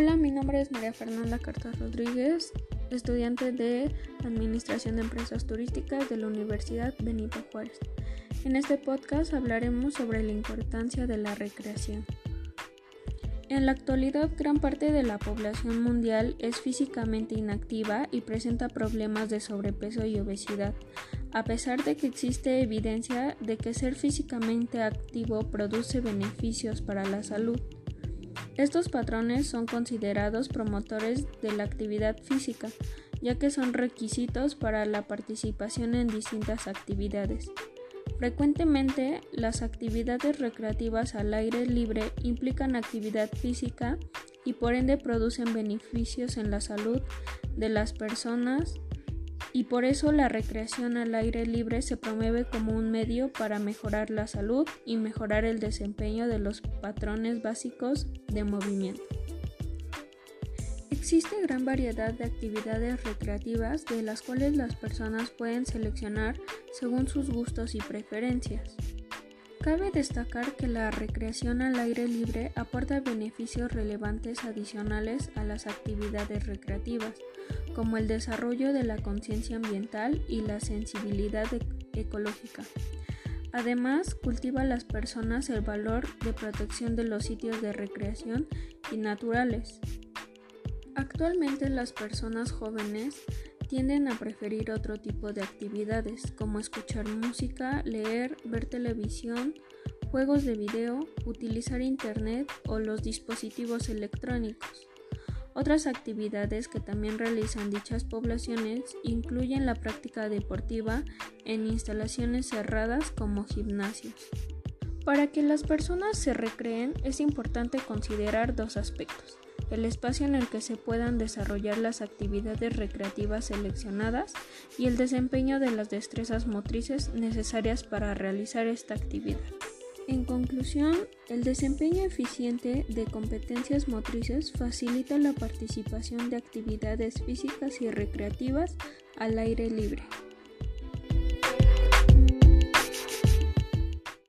Hola, mi nombre es María Fernanda Cartas Rodríguez, estudiante de Administración de Empresas Turísticas de la Universidad Benito Juárez. En este podcast hablaremos sobre la importancia de la recreación. En la actualidad, gran parte de la población mundial es físicamente inactiva y presenta problemas de sobrepeso y obesidad, a pesar de que existe evidencia de que ser físicamente activo produce beneficios para la salud. Estos patrones son considerados promotores de la actividad física, ya que son requisitos para la participación en distintas actividades. Frecuentemente, las actividades recreativas al aire libre implican actividad física y por ende producen beneficios en la salud de las personas, y por eso la recreación al aire libre se promueve como un medio para mejorar la salud y mejorar el desempeño de los patrones básicos de movimiento. Existe gran variedad de actividades recreativas de las cuales las personas pueden seleccionar según sus gustos y preferencias. Cabe destacar que la recreación al aire libre aporta beneficios relevantes adicionales a las actividades recreativas, como el desarrollo de la conciencia ambiental y la sensibilidad ecológica. Además, cultiva a las personas el valor de protección de los sitios de recreación y naturales. Actualmente las personas jóvenes tienden a preferir otro tipo de actividades, como escuchar música, leer, ver televisión, juegos de video, utilizar internet o los dispositivos electrónicos. Otras actividades que también realizan dichas poblaciones incluyen la práctica deportiva en instalaciones cerradas como gimnasios. Para que las personas se recreen es importante considerar dos aspectos: el espacio en el que se puedan desarrollar las actividades recreativas seleccionadas y el desempeño de las destrezas motrices necesarias para realizar esta actividad. En conclusión, el desempeño eficiente de competencias motrices facilita la participación de actividades físicas y recreativas al aire libre.